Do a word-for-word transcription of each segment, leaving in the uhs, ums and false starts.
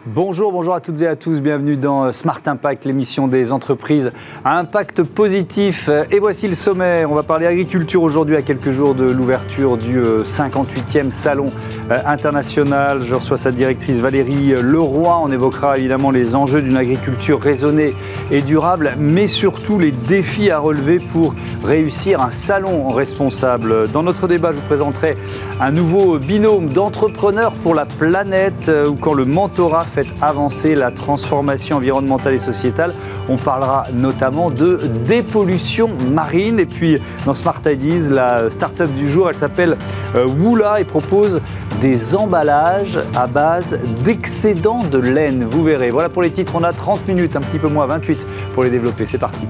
Bonjour, bonjour à toutes et à tous, bienvenue dans Smart Impact, l'émission des entreprises à impact positif. Et voici le sommaire, on va parler agriculture aujourd'hui à quelques jours de l'ouverture du cinquante-huitième Salon international. Je reçois sa directrice Valérie Leroy, on évoquera évidemment les enjeux d'une agriculture raisonnée et durable, mais surtout les défis à relever pour réussir un salon responsable. Dans notre débat, je vous présenterai un nouveau binôme d'entrepreneurs pour la planète, ou quand le mentorat fait avancer la transformation environnementale et sociétale. On parlera notamment de dépollution marine. Et puis dans Smart Ideas, la start-up du jour, elle s'appelle Woola et propose des emballages à base d'excédents de laine. Vous verrez. Voilà pour les titres, on a trente minutes, un petit peu moins, vingt-huit pour les développer. C'est parti.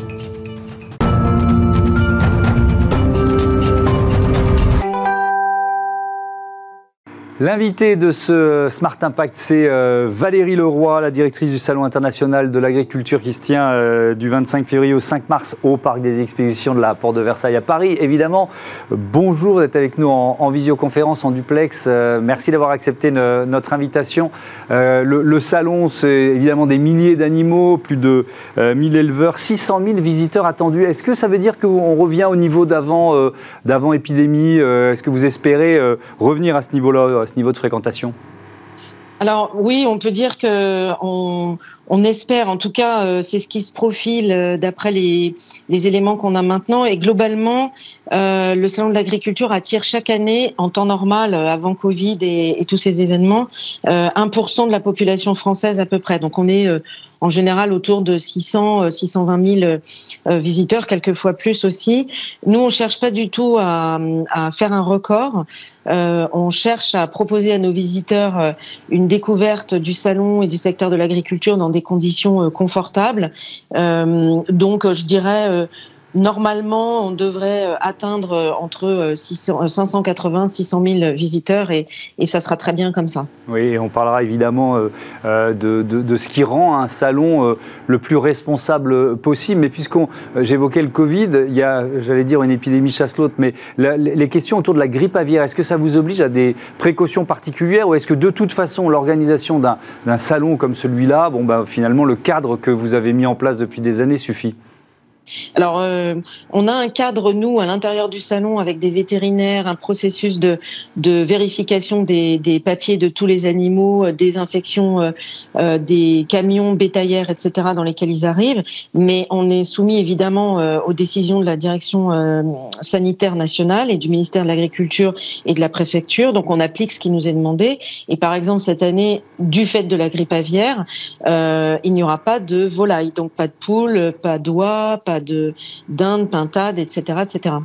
L'invité de ce Smart Impact, c'est euh, Valérie Leroy, la directrice du Salon international de l'agriculture qui se tient euh, du vingt-cinq février au cinq mars au Parc des Expositions de la Porte de Versailles à Paris. Évidemment, euh, bonjour, vous êtes avec nous en, en visioconférence, en duplex. Euh, merci d'avoir accepté ne, notre invitation. Euh, le, le salon, c'est évidemment des milliers d'animaux, plus de euh, mille éleveurs, six cent mille visiteurs attendus. Est-ce que ça veut dire qu'on revient au niveau d'avant euh, d'avant épidémie euh, Est-ce que vous espérez euh, revenir à ce niveau-là, à ce niveau de fréquentation? Alors oui, on peut dire que on, on espère, en tout cas, euh, c'est ce qui se profile euh, d'après les, les éléments qu'on a maintenant. Et globalement, euh, le Salon de l'agriculture attire chaque année, en temps normal, euh, avant Covid et, et tous ces événements, euh, un pour cent de la population française à peu près. Donc on est euh, en général autour de six cents, six cent vingt mille euh, visiteurs, quelquefois plus aussi. Nous, on cherche pas du tout à, à faire un record. Euh, on cherche à proposer à nos visiteurs euh, une découverte du salon et du secteur de l'agriculture dans des conditions euh, confortables. Euh, donc, je dirais... Euh, Normalement, on devrait atteindre entre cinq cent quatre-vingts et six cent mille visiteurs et, et ça sera très bien comme ça. Oui, et on parlera évidemment euh, de, de, de ce qui rend un salon euh, le plus responsable possible. Mais puisqu'on euh, j'évoquais le Covid, il y a, j'allais dire, une épidémie chasse l'autre, mais la, les questions autour de la grippe aviaire, est-ce que ça vous oblige à des précautions particulières ou est-ce que de toute façon, l'organisation d'un, d'un salon comme celui-là, bon, ben, finalement, le cadre que vous avez mis en place depuis des années suffit ? Alors, euh, on a un cadre, nous, à l'intérieur du salon, avec des vétérinaires, un processus de, de vérification des, des papiers de tous les animaux, désinfection euh, euh, des camions bétaillères, et cetera, dans lesquels ils arrivent. Mais on est soumis, évidemment, euh, aux décisions de la direction euh, sanitaire nationale et du ministère de l'Agriculture et de la préfecture. Donc, on applique ce qui nous est demandé. Et par exemple, cette année, du fait de la grippe aviaire, euh, il n'y aura pas de volaille. Donc, pas de poules, pas d'oies, pas de dinde, pintade, et cetera, et cetera.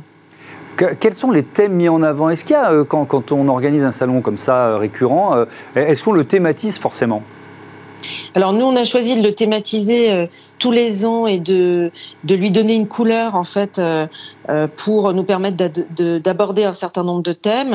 Quels sont les thèmes mis en avant? Est-ce qu'il y a, quand, quand on organise un salon comme ça, récurrent, est-ce qu'on le thématise forcément? Alors nous, on a choisi de le thématiser euh, tous les ans et de, de lui donner une couleur, en fait, euh, euh, pour nous permettre d'ad- de, d'aborder un certain nombre de thèmes.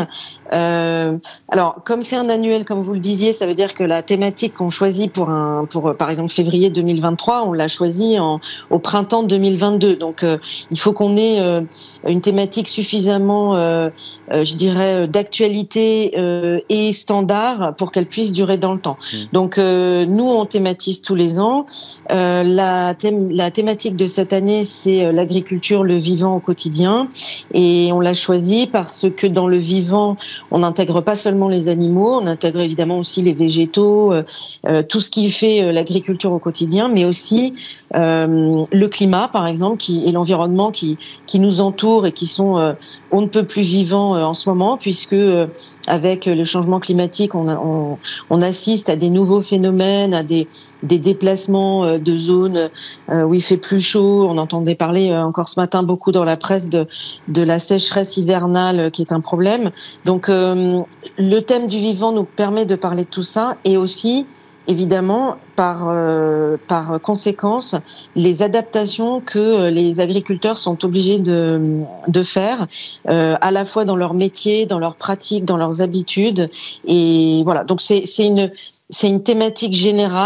Euh, alors, comme c'est un annuel, comme vous le disiez, ça veut dire que la thématique qu'on choisit pour, un, pour par exemple, février deux mille vingt-trois, on l'a choisie en, au printemps deux mille vingt-deux. Donc, euh, il faut qu'on ait euh, une thématique suffisamment, euh, euh, je dirais, d'actualité euh, et standard pour qu'elle puisse durer dans le temps. Mmh. Donc, euh, nous, on thématise tous les ans. Euh, la, thème, la thématique de cette année, c'est l'agriculture, le vivant au quotidien. Et on l'a choisi parce que dans le vivant, on n'intègre pas seulement les animaux, on intègre évidemment aussi les végétaux, euh, tout ce qui fait euh, l'agriculture au quotidien, mais aussi euh, le climat, par exemple, qui, et l'environnement qui, qui nous entoure et qui sont euh, on ne peut plus vivants euh, en ce moment, puisque euh, avec le changement climatique, on, on, on assiste à des nouveaux phénomènes, à des, des déplacements euh, de zones euh, où il fait plus chaud. On entendait parler euh, encore ce matin beaucoup dans la presse de, de la sécheresse hivernale euh, qui est un problème. Donc euh, le thème du vivant nous permet de parler de tout ça et aussi évidemment, par, euh, par conséquence, les adaptations que les agriculteurs sont obligés de, de faire, euh, à la fois dans leur métier, dans leurs pratiques, dans leurs habitudes. Et voilà, donc c'est, c'est une... C'est une thématique générale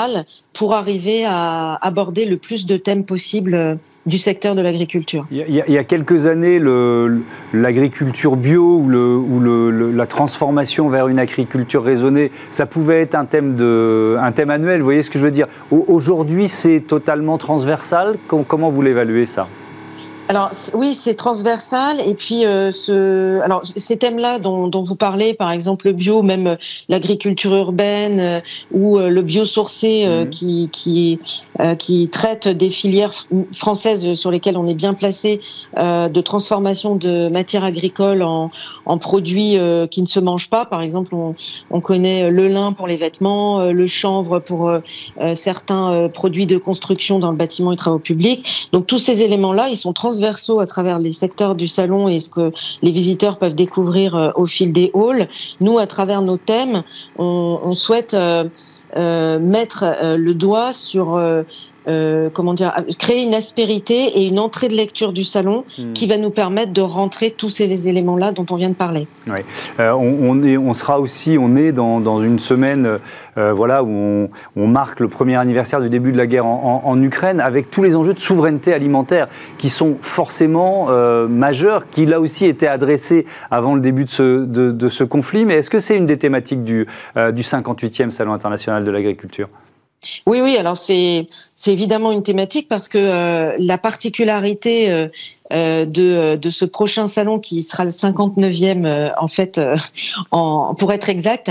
pour arriver à aborder le plus de thèmes possibles du secteur de l'agriculture. Il y a, il y a quelques années, le, l'agriculture bio ou, le, ou le, le, la transformation vers une agriculture raisonnée, ça pouvait être un thème, de, un thème annuel, vous voyez ce que je veux dire? Aujourd'hui, c'est totalement transversal. Comment vous l'évaluez, ça? Alors oui, c'est transversal et puis euh, ce, alors ces thèmes-là dont, dont vous parlez, par exemple le bio, même l'agriculture urbaine euh, ou euh, le biosourcé euh, mmh. qui qui euh, qui traite des filières françaises sur lesquelles on est bien placé, euh, de transformation de matières agricoles en en produits euh, qui ne se mangent pas. Par exemple, on on connaît le lin pour les vêtements, euh, le chanvre pour euh, certains euh, produits de construction dans le bâtiment et travaux publics. Donc tous ces éléments-là, ils sont transversaux à travers les secteurs du salon et ce que les visiteurs peuvent découvrir au fil des halls. Nous, à travers nos thèmes, on, on souhaite euh, euh, mettre euh, le doigt sur euh, Euh, comment dire, créer une aspérité et une entrée de lecture du salon mmh. qui va nous permettre de rentrer tous ces éléments-là dont on vient de parler. Oui. Euh, on, on, est, on sera aussi, on est dans, dans une semaine euh, voilà, où on, on marque le premier anniversaire du début de la guerre en, en, en Ukraine, avec tous les enjeux de souveraineté alimentaire qui sont forcément euh, majeurs, qui là aussi étaient adressés avant le début de ce, de, de ce conflit. Mais est-ce que c'est une des thématiques du, euh, du cinquante-huitième Salon international de l'agriculture ? Oui, oui. Alors c'est c'est évidemment une thématique parce que euh, la particularité euh, euh, de de ce prochain salon qui sera le cinquante-neuvième euh, en fait, euh, en pour être exact,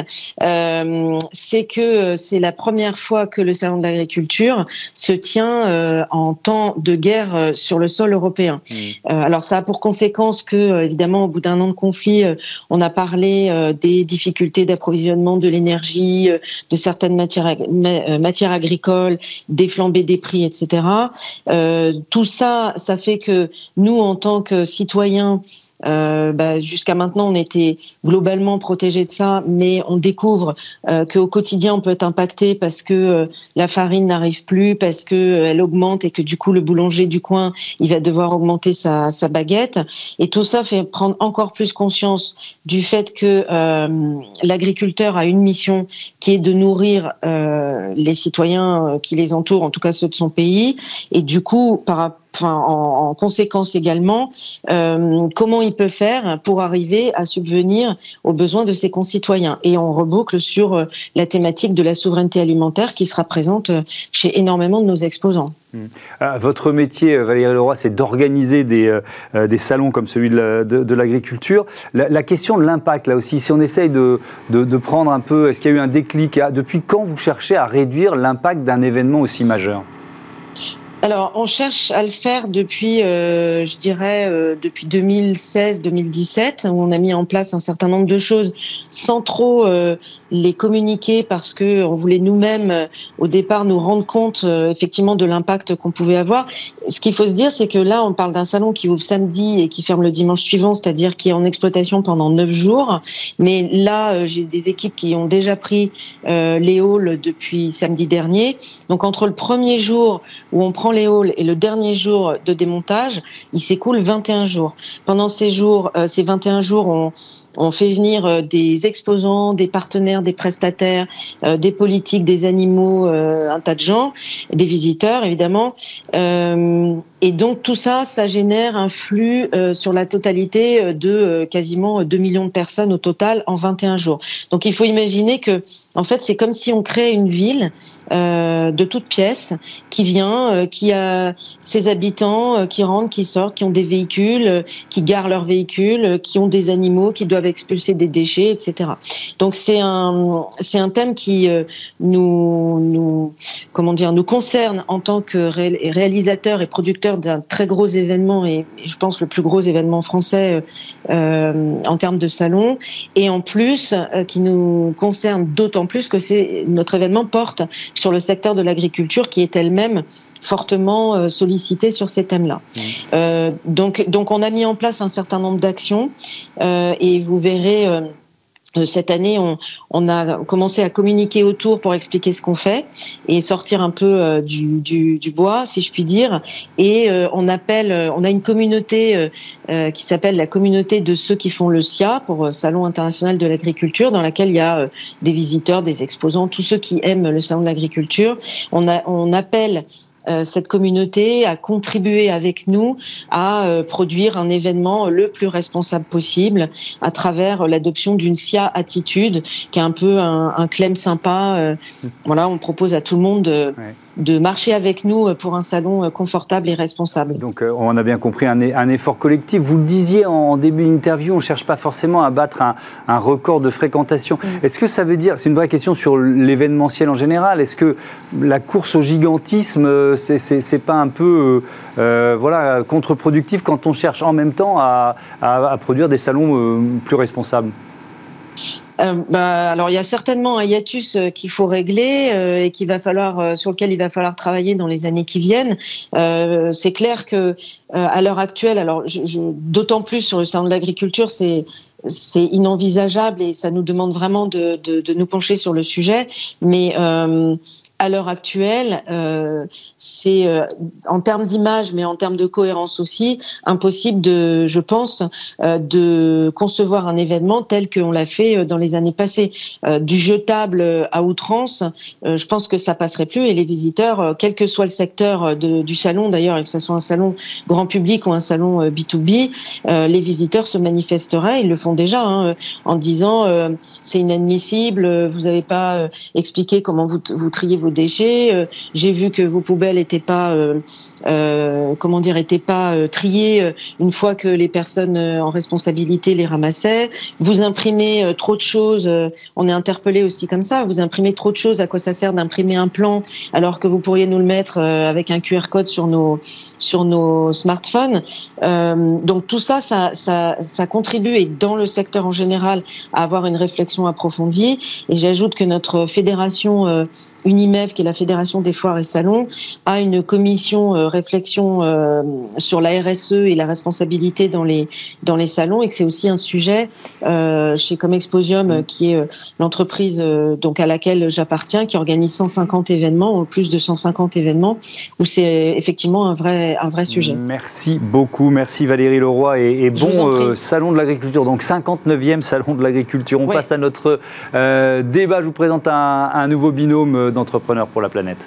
euh, c'est que c'est la première fois que le salon de l'agriculture se tient euh, en temps de guerre euh, sur le sol européen. Mmh. Euh, alors ça a pour conséquence que euh, évidemment au bout d'un an de conflit, euh, on a parlé euh, des difficultés d'approvisionnement de l'énergie, euh, de certaines matières ag- ma- matières agricoles, des flambées des prix, et cetera. Euh, tout ça, ça fait que nous, en tant que citoyens, Euh, bah, jusqu'à maintenant, on était globalement protégés de ça, mais on découvre euh, qu'au quotidien, on peut être impacté parce que euh, la farine n'arrive plus, parce que euh, elle augmente et que du coup, le boulanger du coin, il va devoir augmenter sa, sa baguette. Et tout ça fait prendre encore plus conscience du fait que euh, l'agriculteur a une mission qui est de nourrir euh, les citoyens qui les entourent, en tout cas ceux de son pays. Et du coup, par rapport Enfin, en, en conséquence également, euh, comment il peut faire pour arriver à subvenir aux besoins de ses concitoyens. Et on reboucle sur euh, la thématique de la souveraineté alimentaire qui sera présente chez énormément de nos exposants. Mmh. Ah, votre métier, Valérie Leroy, c'est d'organiser des, euh, des salons comme celui de, la, de, de l'agriculture. La, la question de l'impact, là aussi, si on essaye de, de, de prendre un peu, est-ce qu'il y a eu un déclic? Depuis quand vous cherchez à réduire l'impact d'un événement aussi majeur ? Alors, on cherche à le faire depuis, euh, je dirais, euh, depuis deux mille seize deux mille dix-sept, où on a mis en place un certain nombre de choses sans trop euh, les communiquer parce que on voulait nous-mêmes, euh, au départ, nous rendre compte euh, effectivement de l'impact qu'on pouvait avoir. Ce qu'il faut se dire, c'est que là, on parle d'un salon qui ouvre samedi et qui ferme le dimanche suivant, c'est-à-dire qui est en exploitation pendant neuf jours. Mais là, euh, j'ai des équipes qui ont déjà pris euh, les halls depuis samedi dernier. Donc, entre le premier jour où on prend les halls et le dernier jour de démontage, il s'écoule vingt et un jours. Pendant ces jours, euh, ces vingt et un jours, on, on fait venir euh, des exposants, des partenaires, des prestataires, euh, des politiques, des animaux, euh, un tas de gens, des visiteurs évidemment. Euh, et donc tout ça, ça génère un flux euh, sur la totalité de euh, quasiment deux millions de personnes au total en vingt et un jours. Donc il faut imaginer que, en fait, c'est comme si on crée une ville Euh, de toutes pièces, qui vient, euh, qui a ses habitants euh, qui rentrent, qui sortent, qui ont des véhicules, euh, qui garent leurs véhicules, euh, qui ont des animaux, qui doivent expulser des déchets, et cetera. Donc c'est un c'est un thème qui euh, nous nous comment dire nous concerne en tant que ré- réalisateur et producteur d'un très gros événement et, et je pense le plus gros événement français euh, en termes de salon, et en plus euh, qui nous concerne d'autant plus que c'est notre événement porte sur le secteur de l'agriculture qui est elle-même fortement euh, sollicitée sur ces thèmes-là. Mmh. Euh, donc, donc on a mis en place un certain nombre d'actions euh, et vous verrez... Euh, Cette année, on, on a commencé à communiquer autour pour expliquer ce qu'on fait et sortir un peu euh, du, du, du bois, si je puis dire. Et euh, on appelle, on a une communauté euh, euh, qui s'appelle la communauté de ceux qui font le S I A, pour euh, Salon international de l'agriculture, dans laquelle il y a euh, des visiteurs, des exposants, tous ceux qui aiment le salon de l'agriculture. On, a, on appelle Euh, cette communauté a contribué avec nous à euh, produire un événement le plus responsable possible à travers l'adoption d'une S I A attitude, qui est un peu un, un claim sympa. Euh, voilà, on propose à tout le monde de, ouais. de marcher avec nous pour un salon confortable et responsable. Donc euh, on a bien compris un, un effort collectif. Vous le disiez en, en début d'interview, on ne cherche pas forcément à battre un, un record de fréquentation. Mmh. Est-ce que ça veut dire, c'est une vraie question sur l'événementiel en général, est-ce que la course au gigantisme, c'est, c'est, c'est pas un peu euh, voilà, contre-productif quand on cherche en même temps à, à, à produire des salons euh, plus responsables ? Euh, bah, alors il y a certainement un hiatus euh, qu'il faut régler euh, et qu'il va falloir euh, sur lequel il va falloir travailler dans les années qui viennent. Euh, c'est clair que euh, à l'heure actuelle, alors je, je, d'autant plus sur le salon de l'agriculture, c'est c'est inenvisageable et ça nous demande vraiment de, de, de nous pencher sur le sujet. Mais euh, à l'heure actuelle, euh, c'est euh, en termes d'image, mais en termes de cohérence aussi, impossible de, je pense, euh, de concevoir un événement tel qu'on l'a fait dans les années passées. Euh, du jetable à outrance, euh, je pense que ça passerait plus et les visiteurs, euh, quel que soit le secteur de, du salon d'ailleurs, et que ce soit un salon grand public ou un salon euh, B deux B, euh, les visiteurs se manifesteraient, ils le font déjà, hein, en disant euh, c'est inadmissible, vous n'avez pas euh, expliqué comment vous, vous triez vos déchets, euh, j'ai vu que vos poubelles n'étaient pas, euh, euh, comment dire, étaient pas euh, triées euh, une fois que les personnes euh, en responsabilité les ramassaient. Vous imprimez euh, trop de choses, euh, on est interpellé aussi comme ça. Vous imprimez trop de choses, à quoi ça sert d'imprimer un plan alors que vous pourriez nous le mettre euh, avec un Q R code sur nos sur nos smartphones. Euh, donc tout ça, ça, ça, ça contribue et dans le secteur en général à avoir une réflexion approfondie. Et j'ajoute que notre fédération euh, Unimef, qui est la Fédération des foires et salons, a une commission euh, réflexion euh, sur la R S E et la responsabilité dans les dans les salons, et que c'est aussi un sujet euh, chez Comexposium, euh, qui est euh, l'entreprise euh, donc à laquelle j'appartiens, qui organise cent cinquante événements, ou plus de cent cinquante événements, où c'est effectivement un vrai un vrai sujet. Merci beaucoup, merci Valérie Leroy, et, et bon euh, salon de l'agriculture, donc cinquante-neuvième salon de l'agriculture. On ouais. passe à notre euh, débat. Je vous présente un, un nouveau binôme d'entrepreneurs pour la planète.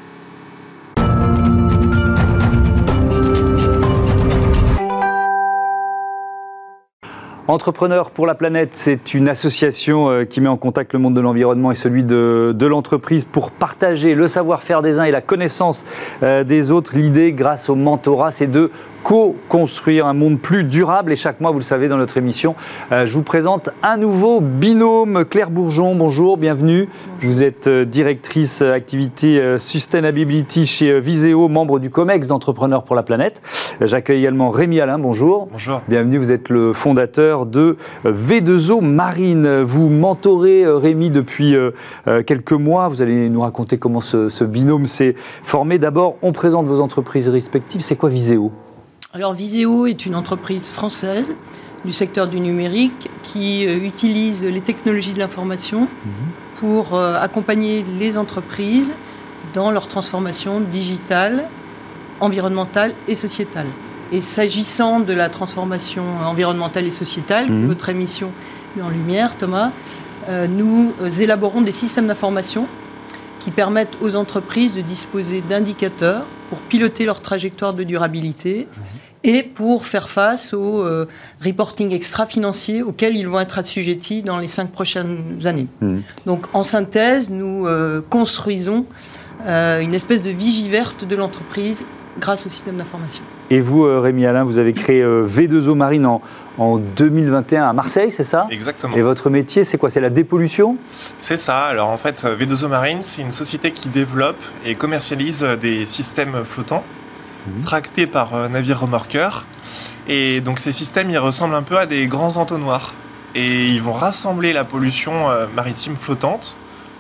Entrepreneurs pour la planète, c'est une association qui met en contact le monde de l'environnement et celui de, de l'entreprise pour partager le savoir-faire des uns et la connaissance des autres. L'idée, grâce au mentorat, c'est de co-construire un monde plus durable. Et chaque mois, vous le savez, dans notre émission, euh, je vous présente un nouveau binôme. Claire Bourgeon, bonjour, bienvenue. Bonjour. Vous êtes euh, directrice euh, activité euh, Sustainability chez euh, Viséo, membre du COMEX d'Entrepreneurs pour la planète. Euh, j'accueille également Rémi Alain, bonjour. Bonjour. Bienvenue, vous êtes le fondateur de euh, V deux O Marine. Vous mentorez euh, Rémi depuis euh, euh, quelques mois. Vous allez nous raconter comment ce, ce binôme s'est formé. D'abord, on présente vos entreprises respectives. C'est quoi Viséo ? Alors Viséo est une entreprise française du secteur du numérique qui euh, utilise les technologies de l'information mmh. pour euh, accompagner les entreprises dans leur transformation digitale, environnementale et sociétale. Et s'agissant de la transformation environnementale et sociétale, mmh. que votre émission met en lumière, Thomas, euh, nous euh, élaborons des systèmes d'information qui permettent aux entreprises de disposer d'indicateurs pour piloter leur trajectoire de durabilité mmh. et pour faire face au euh, reporting extra-financier auquel ils vont être assujettis dans les cinq prochaines années. Mmh. Donc, en synthèse, nous euh, construisons euh, une espèce de vigie verte de l'entreprise grâce au système d'information. Et vous, euh, Rémi Alain, vous avez créé euh, V deux O Marine en, en deux mille vingt et un à Marseille, c'est ça ? Exactement. Et votre métier, c'est quoi ? C'est la dépollution ? C'est ça. Alors en fait, V deux O Marine, c'est une société qui développe et commercialise des systèmes flottants, mmh. tractés par euh, navires remorqueurs. Et donc ces systèmes, ils ressemblent un peu à des grands entonnoirs. Et ils vont rassembler la pollution euh, maritime flottante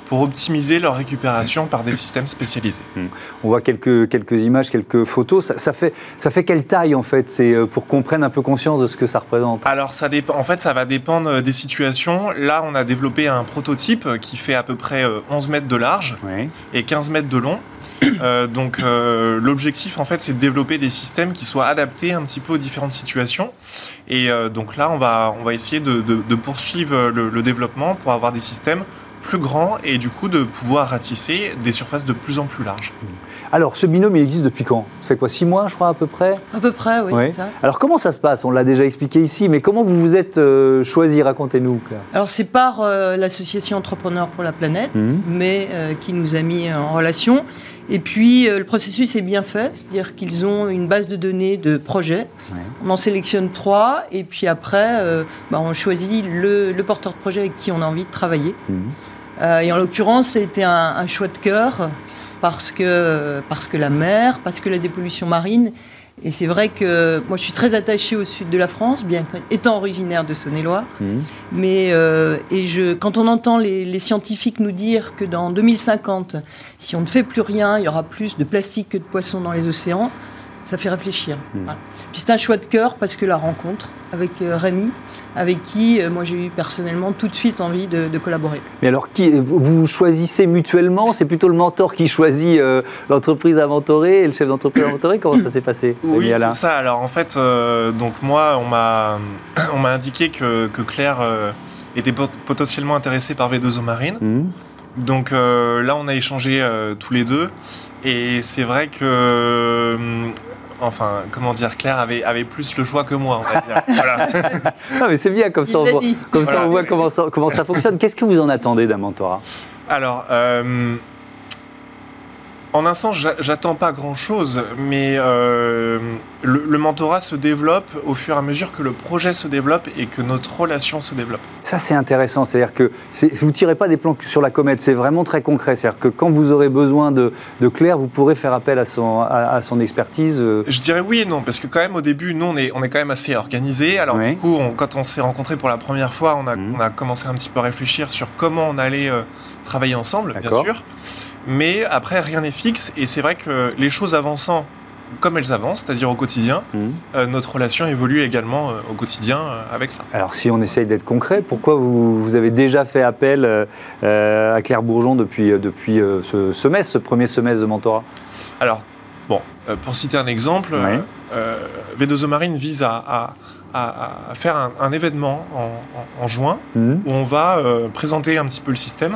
pour optimiser leur récupération par des systèmes spécialisés. On voit quelques, quelques images, quelques photos. Ça, ça, fait, ça fait quelle taille en fait? C'est pour qu'on prenne un peu conscience de ce que ça représente. Alors ça dépend, en fait ça va dépendre des situations. Là on a développé un prototype qui fait à peu près onze mètres de large oui. et quinze mètres de long. Euh, donc euh, l'objectif en fait c'est de développer des systèmes qui soient adaptés un petit peu aux différentes situations et euh, donc là on va, on va essayer de, de, de poursuivre le, le développement pour avoir des systèmes plus grands et du coup de pouvoir ratisser des surfaces de plus en plus larges. Alors ce binôme il existe depuis quand? Ça fait quoi, six mois je crois à peu près? À peu près oui, oui. C'est ça. Alors comment ça se passe? On l'a déjà expliqué ici, mais comment vous vous êtes euh, choisi? Racontez-nous Claire. Alors c'est par euh, l'association Entrepreneurs pour la planète, mmh. mais euh, qui nous a mis en relation. Et puis euh, le processus est bien fait, c'est-à-dire qu'ils ont une base de données de projets. Ouais. On en sélectionne trois et puis après euh, bah, on choisit le, le porteur de projet avec qui on a envie de travailler. Mmh. Euh, et en l'occurrence c'était un, un choix de cœur parce que, parce que la mer, parce que la dépollution marine. Et c'est vrai que moi je suis très attachée au sud de la France, bien qu'étant originaire de Saône-et-Loire. Mmh. Mais euh, et je, quand on entend les, les scientifiques nous dire que dans deux mille cinquante, si on ne fait plus rien, il y aura plus de plastique que de poissons dans les océans, ça fait réfléchir. Mmh. Voilà. Puis c'est un choix de cœur parce que la rencontre avec euh, Rémi, avec qui euh, moi j'ai eu personnellement tout de suite envie de, de collaborer. Mais alors, qui, vous choisissez mutuellement? C'est plutôt le mentor qui choisit euh, l'entreprise à mentorer et le chef d'entreprise à mentorer? Comment ça s'est passé? Oui, c'est ça. Alors en fait, euh, donc moi, on m'a, on m'a indiqué que, que Claire euh, était potentiellement intéressée par V deux O Marine. Mmh. Donc euh, là, on a échangé euh, tous les deux. Et c'est vrai que... Euh, Enfin, comment dire, Claire avait, avait plus le choix que moi, on va dire. Voilà. Non, mais c'est bien, comme ça, on voit, comme voilà. ça on voit comment ça, comment ça fonctionne. Qu'est-ce que vous en attendez d'un mentorat? Alors, euh, en un sens, j'attends pas grand-chose, mais euh, le, le mentorat se développe au fur et à mesure que le projet se développe et que notre relation se développe. Ça, c'est intéressant. C'est-à-dire que c'est, vous ne tirez pas des plans sur la comète, c'est vraiment très concret. C'est-à-dire que quand vous aurez besoin de, de Claire, vous pourrez faire appel à son, à, à son expertise. Euh... Je dirais oui et non, parce que quand même, au début, nous, on est, on est quand même assez organisés. Alors oui. Du coup, on, quand on s'est rencontrés pour la première fois, on a, mmh. on a commencé un petit peu à réfléchir sur comment on allait euh, travailler ensemble, D'accord. bien sûr. Mais après, rien n'est fixe, et c'est vrai que les choses avançant comme elles avancent, c'est-à-dire au quotidien, mmh. euh, notre relation évolue également euh, au quotidien euh, avec ça. Alors si on essaye d'être concret, pourquoi vous, vous avez déjà fait appel euh, à Claire Bourgeon depuis, depuis euh, ce semestre, ce premier semestre de mentorat? Alors, bon, euh, pour citer un exemple, oui. euh, V deux O Marine vise à, à, à, à faire un, un événement en, en, en juin, mmh. où on va euh, présenter un petit peu le système,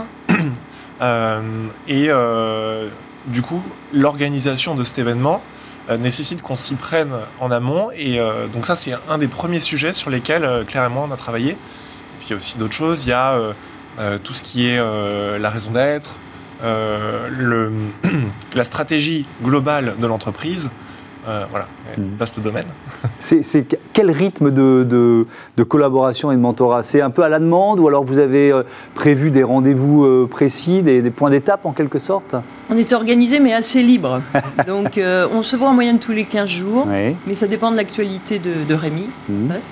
Euh, et euh, du coup, l'organisation de cet événement euh, nécessite qu'on s'y prenne en amont. Et euh, donc ça, c'est un des premiers sujets sur lesquels euh, Claire et moi on a travaillé. Et puis il y a aussi d'autres choses. Il y a euh, euh, tout ce qui est euh, la raison d'être, euh, le, la stratégie globale de l'entreprise. Euh, voilà, vaste domaine. C'est, c'est quel rythme de, de, de collaboration et de mentorat? C'est un peu à la demande ou alors vous avez euh, prévu des rendez-vous euh, précis, des, des points d'étape en quelque sorte? On est organisé mais assez libre. Donc euh, on se voit en moyenne tous les quinze jours, oui. mais ça dépend de l'actualité de, de Rémi. Mmh. En fait.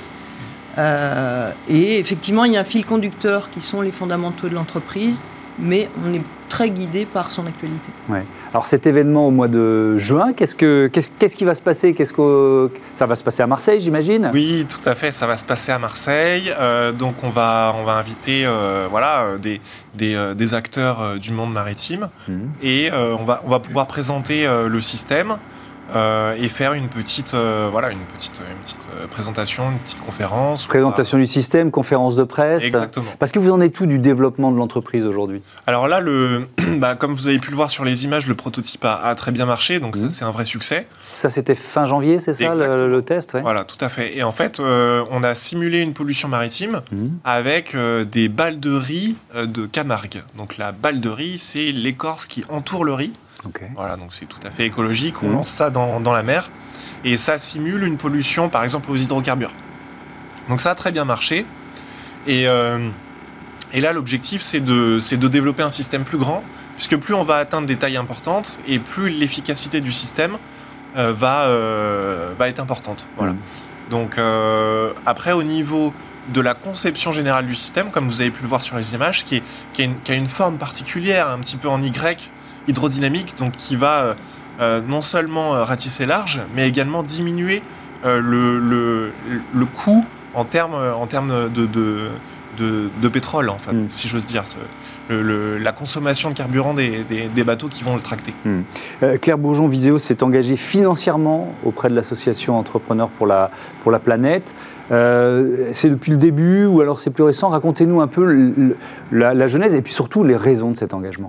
euh, et effectivement, il y a un fil conducteur qui sont les fondamentaux de l'entreprise, mais on est très guidé par son actualité. Ouais. Alors cet événement au mois de juin, qu'est-ce, que, qu'est-ce, qu'est-ce qui va se passer? Qu'est-ce que, ça va se passer à Marseille, j'imagine? Oui, tout à fait, ça va se passer à Marseille. Euh, donc on va, on va inviter euh, voilà, des, des, euh, des acteurs euh, du monde maritime mmh. et euh, on, va, on va pouvoir présenter euh, le système euh, et faire une petite, euh, voilà, une petite, une petite euh, présentation, une petite conférence. Présentation du système, conférence de presse. Exactement. Parce que vous en êtes où du développement de l'entreprise aujourd'hui? Alors là, le, bah, comme vous avez pu le voir sur les images, le prototype a, a très bien marché, donc mmh. ça, c'est un vrai succès. Ça, c'était fin janvier, c'est ça, le, le test? Ouais. Voilà, tout à fait. Et en fait, euh, on a simulé une pollution maritime mmh. avec euh, des balles de riz euh, de Camargue. Donc la balle de riz, c'est l'écorce qui entoure le riz. Okay. Voilà, donc c'est tout à fait écologique. On mmh. lance ça dans, dans la mer et ça simule une pollution, par exemple, aux hydrocarbures. Donc ça a très bien marché. Et, euh, et là, l'objectif, c'est de, c'est de développer un système plus grand, puisque plus on va atteindre des tailles importantes et plus l'efficacité du système euh, va, euh, va être importante. Voilà. Mmh. Donc euh, après, au niveau de la conception générale du système, comme vous avez pu le voir sur les images, qui, est, qui, a, une, qui a une forme particulière, un petit peu en Y, hydrodynamique, donc qui va euh, non seulement ratisser large, mais également diminuer euh, le, le, le coût en termes en termes de, de, de, de pétrole, en fait, mm. si j'ose dire. Le, le, la consommation de carburant des, des, des bateaux qui vont le tracter. Mmh. Euh, Claire Bourgeon, Viséo s'est engagée financièrement auprès de l'association Entrepreneurs pour la, pour la planète. Euh, c'est depuis le début ou alors c'est plus récent? Racontez-nous un peu le, la, la genèse et puis surtout les raisons de cet engagement.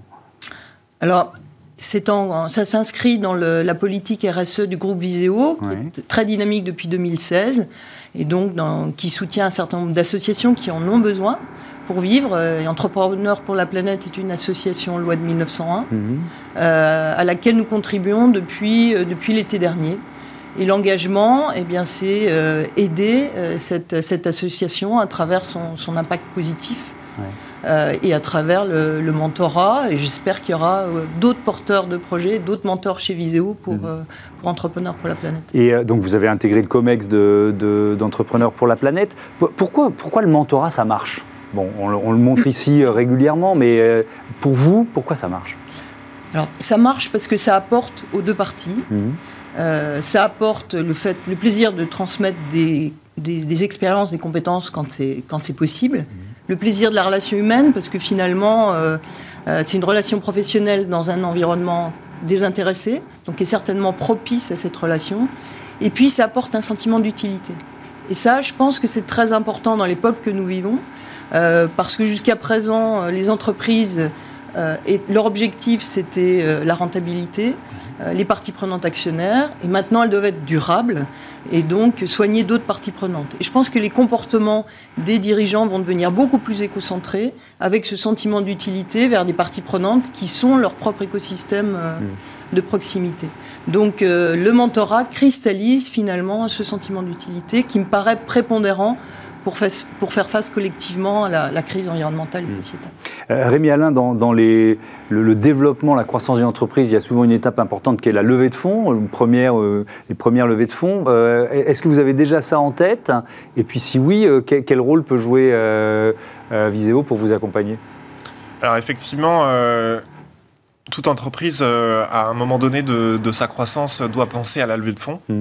Alors, c'est en, ça s'inscrit dans le, la politique R S E du groupe Viséo, qui ouais. est très dynamique depuis deux mille seize, et donc dans, qui soutient un certain nombre d'associations qui en ont besoin pour vivre. Et Entrepreneurs pour la planète est une association loi de mille neuf cent un, mmh. euh, à laquelle nous contribuons depuis, euh, depuis l'été dernier. Et l'engagement, eh bien, c'est euh, aider euh, cette, cette association à travers son, son impact positif. Ouais. Euh, et à travers le, le mentorat, et j'espère qu'il y aura euh, d'autres porteurs de projets, d'autres mentors chez Viséo pour, mmh. euh, pour Entrepreneurs pour la planète. Et euh, donc vous avez intégré le COMEX de, de, d'Entrepreneurs pour la planète. P- pourquoi, pourquoi le mentorat, ça marche ? Bon, on, on le montre ici régulièrement, mais euh, pour vous, pourquoi ça marche ? Alors, ça marche parce que ça apporte aux deux parties. Mmh. Euh, ça apporte le, fait, le plaisir de transmettre des, des, des expériences, des compétences quand c'est, quand c'est possible. Mmh. Le plaisir de la relation humaine, parce que finalement, euh, euh, c'est une relation professionnelle dans un environnement désintéressé, donc qui est certainement propice à cette relation. Et puis, ça apporte un sentiment d'utilité. Et ça, je pense que c'est très important dans l'époque que nous vivons. Euh, parce que jusqu'à présent, euh, les entreprises, euh, et leur objectif, c'était euh, la rentabilité, euh, les parties prenantes actionnaires, et maintenant, elles doivent être durables, et donc soigner d'autres parties prenantes. Et je pense que les comportements des dirigeants vont devenir beaucoup plus écocentrés, avec ce sentiment d'utilité vers des parties prenantes qui sont leur propre écosystème euh, mmh. de proximité. Donc, euh, le mentorat cristallise finalement ce sentiment d'utilité qui me paraît prépondérant Pour, face, pour faire face collectivement à la, la crise environnementale et sociétale. Euh, Rémi Alain, dans, dans les, le, le développement, la croissance d'une entreprise, il y a souvent une étape importante qui est la levée de fonds, une première, euh, les premières levées de fonds. Euh, est-ce que vous avez déjà ça en tête ? Et puis si oui, euh, quel, quel rôle peut jouer euh, euh, Viséo pour vous accompagner ? Alors effectivement, euh, toute entreprise, euh, à un moment donné de, de sa croissance, doit penser à la levée de fonds. Mmh.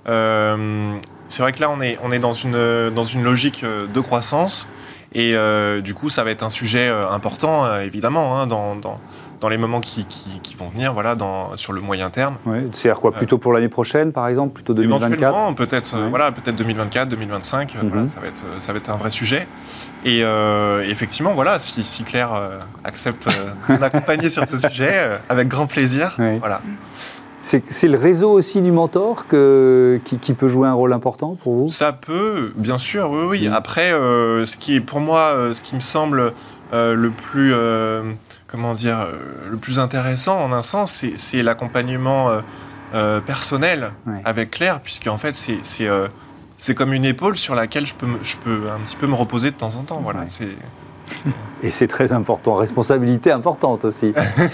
Euh, c'est vrai que là, on est, on est dans, une, dans une logique de croissance et euh, du coup, ça va être un sujet important, euh, évidemment, hein, dans, dans, dans les moments qui, qui, qui vont venir, voilà, dans, sur le moyen terme. Ouais, c'est-à-dire quoi, plutôt pour l'année prochaine, par exemple, plutôt deux mille vingt-quatre ? Éventuellement, peut-être, ouais. voilà, peut-être deux mille vingt-quatre, deux mille vingt-cinq, mm-hmm. voilà, ça va être, ça va être un vrai sujet. Et euh, effectivement, voilà, si, si Claire euh, accepte euh, de m'accompagner sur ce sujet, euh, avec grand plaisir, ouais. voilà. C'est, c'est le réseau aussi du mentor que, qui, qui peut jouer un rôle important pour vous ? Ça peut, bien sûr, oui, oui. Mmh. Après, euh, ce qui est pour moi, euh, ce qui me semble euh, le plus, euh, comment dire, euh, le plus intéressant en un sens, c'est, c'est l'accompagnement euh, euh, personnel ouais. avec Claire, puisque en fait, c'est, c'est, euh, c'est comme une épaule sur laquelle je peux, me, je peux un petit peu me reposer de temps en temps. Voilà, ouais. c'est. Et c'est très important, responsabilité importante aussi.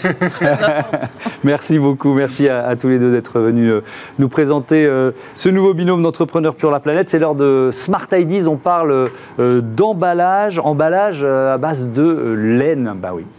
Merci beaucoup, merci à, à tous les deux d'être venus euh, nous présenter euh, ce nouveau binôme d'entrepreneurs pour la planète. C'est l'heure de Smart Ideas, on parle euh, d'emballage, emballage euh, à base de euh, laine, bah oui.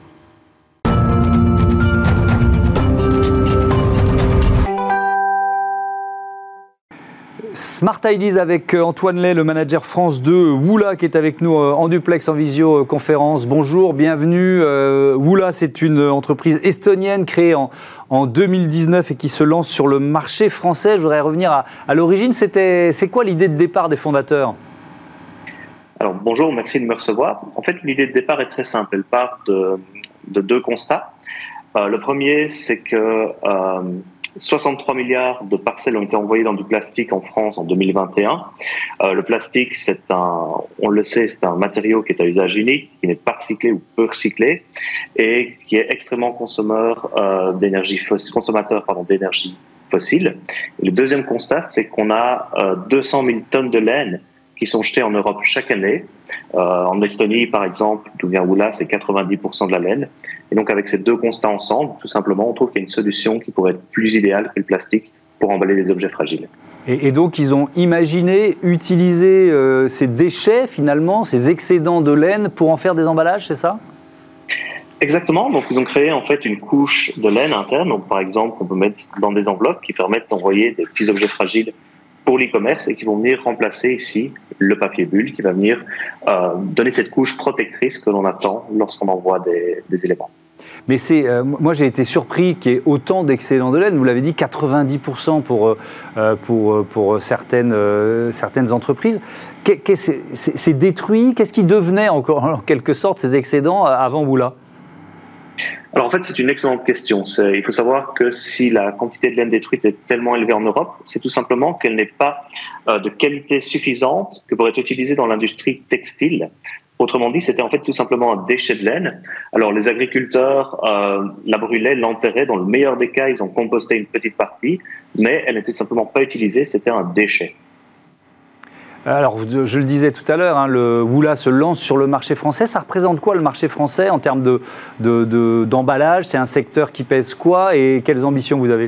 Smart Ideas avec Antoine Lay, le manager France de Woola, qui est avec nous en duplex, en visioconférence. Bonjour, bienvenue. Euh, Woola, c'est une entreprise estonienne créée en, en deux mille dix-neuf et qui se lance sur le marché français. Je voudrais revenir à, à l'origine. C'était, c'est quoi l'idée de départ des fondateurs ? Alors bonjour, merci de me recevoir. En fait, l'idée de départ est très simple. Elle part de, de deux constats. Euh, le premier, c'est que euh, soixante-trois milliards de parcelles ont été envoyées dans du plastique en France en deux mille vingt et un. Euh, le plastique, c'est un, on le sait, c'est un matériau qui est à usage unique, qui n'est pas recyclé ou peu recyclé, et qui est extrêmement consommateur euh, d'énergie fossile, consommateur pardon d'énergie fossile. Et le deuxième constat, c'est qu'on a euh, deux cent mille tonnes de laine qui sont jetées en Europe chaque année. Euh, en Estonie, par exemple, d'où vient Woola, c'est quatre-vingt-dix pour cent de la laine. Et donc, avec ces deux constats ensemble, tout simplement, on trouve qu'il y a une solution qui pourrait être plus idéale que le plastique pour emballer des objets fragiles. Et, et donc, ils ont imaginé utiliser euh, ces déchets, finalement, ces excédents de laine pour en faire des emballages, c'est ça ? Exactement. Donc, ils ont créé en fait une couche de laine interne. Donc, par exemple, on peut mettre dans des enveloppes qui permettent d'envoyer des petits objets fragiles pour l'e-commerce et qui vont venir remplacer ici le papier bulle, qui va venir euh, donner cette couche protectrice que l'on attend lorsqu'on envoie des, des éléments. Mais c'est, euh, moi j'ai été surpris qu'il y ait autant d'excédents de laine. Vous l'avez dit, quatre-vingt-dix pour cent pour, euh, pour, pour certaines, euh, certaines entreprises. Qu'est, qu'est, c'est, c'est détruit. Qu'est-ce qui devenait encore, en quelque sorte ces excédents avant Woola ? Alors en fait, c'est une excellente question. C'est, il faut savoir que si la quantité de laine détruite est tellement élevée en Europe, c'est tout simplement qu'elle n'est pas euh, de qualité suffisante que pour être utilisée dans l'industrie textile. Autrement dit, c'était en fait tout simplement un déchet de laine. Alors les agriculteurs euh, la brûlaient, l'enterraient. Dans le meilleur des cas, ils ont composté une petite partie, mais elle n'était tout simplement pas utilisée, c'était un déchet. Alors, je le disais tout à l'heure, hein, le Woola se lance sur le marché français. Ça représente quoi le marché français en termes de, de, de, d'emballage ? C'est un secteur qui pèse quoi et quelles ambitions vous avez ?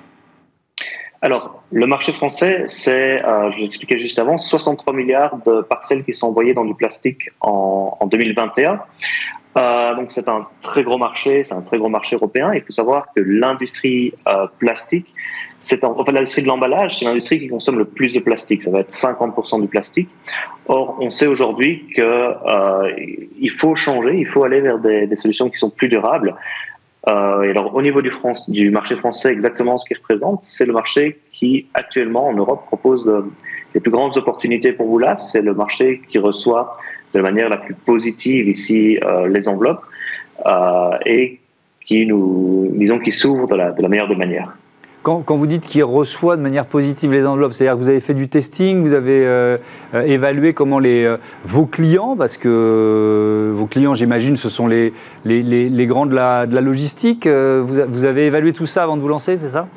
Alors, le marché français, c'est, euh, je l'expliquais juste avant, soixante-trois milliards de parcelles qui sont envoyées dans du plastique en, en deux mille vingt et un. Euh, donc, c'est un très gros marché, c'est un très gros marché européen. Il faut savoir que l'industrie euh, plastique, c'est en, enfin, l'industrie de l'emballage, c'est l'industrie qui consomme le plus de plastique. Ça va être cinquante pour cent du plastique. Or, on sait aujourd'hui que euh, il faut changer, il faut aller vers des, des solutions qui sont plus durables. Euh, et alors, au niveau du, France, du marché français, exactement ce qu'il représente, c'est le marché qui, actuellement, en Europe, propose de, les plus grandes opportunités pour Woola. C'est le marché qui reçoit de la manière la plus positive ici euh, les enveloppes euh, et qui nous, disons, qui s'ouvre de la, de la meilleure des manières. Quand, quand vous dites qu'il reçoit de manière positive les enveloppes, c'est-à-dire que vous avez fait du testing, vous avez euh, évalué comment les, euh, vos clients, parce que euh, vos clients, j'imagine, ce sont les, les, les, les grands de la, de la logistique, euh, vous, vous avez évalué tout ça avant de vous lancer, c'est ça ?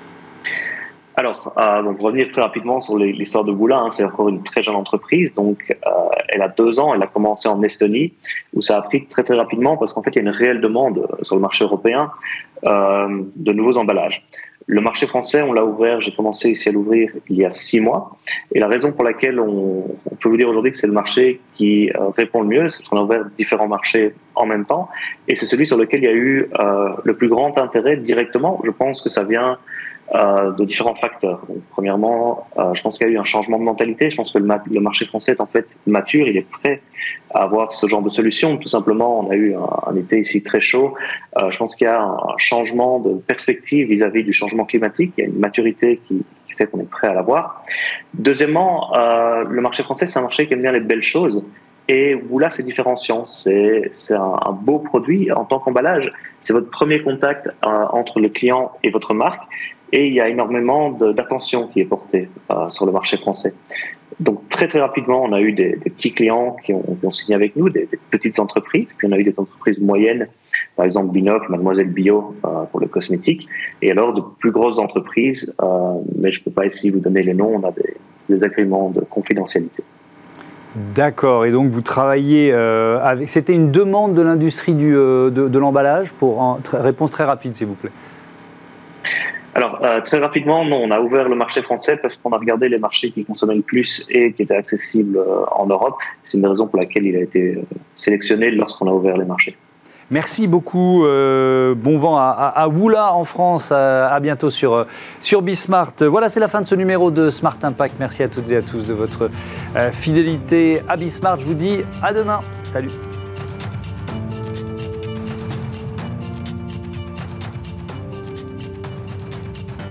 Alors, euh, donc, pour revenir très rapidement sur l'histoire de Woola, hein, c'est encore une très jeune entreprise, donc euh, elle a deux ans, elle a commencé en Estonie, où ça a pris très très rapidement parce qu'en fait il y a une réelle demande sur le marché européen euh, de nouveaux emballages. Le marché français, on l'a ouvert, j'ai commencé ici à l'ouvrir il y a six mois, et la raison pour laquelle on, on peut vous dire aujourd'hui que c'est le marché qui euh, répond le mieux, c'est parce qu'on a ouvert différents marchés en même temps, et c'est celui sur lequel il y a eu euh, le plus grand intérêt directement. Je pense que ça vient Euh, de différents facteurs. Donc, premièrement, euh, je pense qu'il y a eu un changement de mentalité. Je pense que le, ma- le marché français est en fait mature, il est prêt à avoir ce genre de solution. Tout simplement, on a eu un, un été ici très chaud. Euh, je pense qu'il y a un changement de perspective vis-à-vis du changement climatique. Il y a une maturité qui, qui fait qu'on est prêt à l'avoir. Deuxièmement, euh, le marché français, c'est un marché qui aime bien les belles choses. Et Woola, c'est différenciant. C'est, c'est un, un beau produit en tant qu'emballage. C'est votre premier contact euh, entre le client et votre marque. Et il y a énormément de, d'attention qui est portée euh, sur le marché français. Donc très très rapidement, on a eu des, des petits clients qui ont, qui ont signé avec nous, des, des petites entreprises, puis on a eu des entreprises moyennes, par exemple Binoc, Mademoiselle Bio euh, pour le cosmétique, et alors de plus grosses entreprises, euh, mais je ne peux pas ici vous donner les noms, on a des, des agréments de confidentialité. D'accord, et donc vous travaillez euh, avec... C'était une demande de l'industrie du, euh, de, de l'emballage pour en... Très, réponse très rapide s'il vous plaît. Alors, euh, très rapidement, non, on a ouvert le marché français parce qu'on a regardé les marchés qui consommaient le plus et qui étaient accessibles euh, en Europe. C'est une des raisons pour laquelle il a été euh, sélectionné lorsqu'on a ouvert les marchés. Merci beaucoup, euh, bon vent à, à, à Woola en France, à, à bientôt sur, sur Bismart. Voilà, c'est la fin de ce numéro de Smart Impact. Merci à toutes et à tous de votre euh, fidélité à Bismart. Je vous dis à demain. Salut.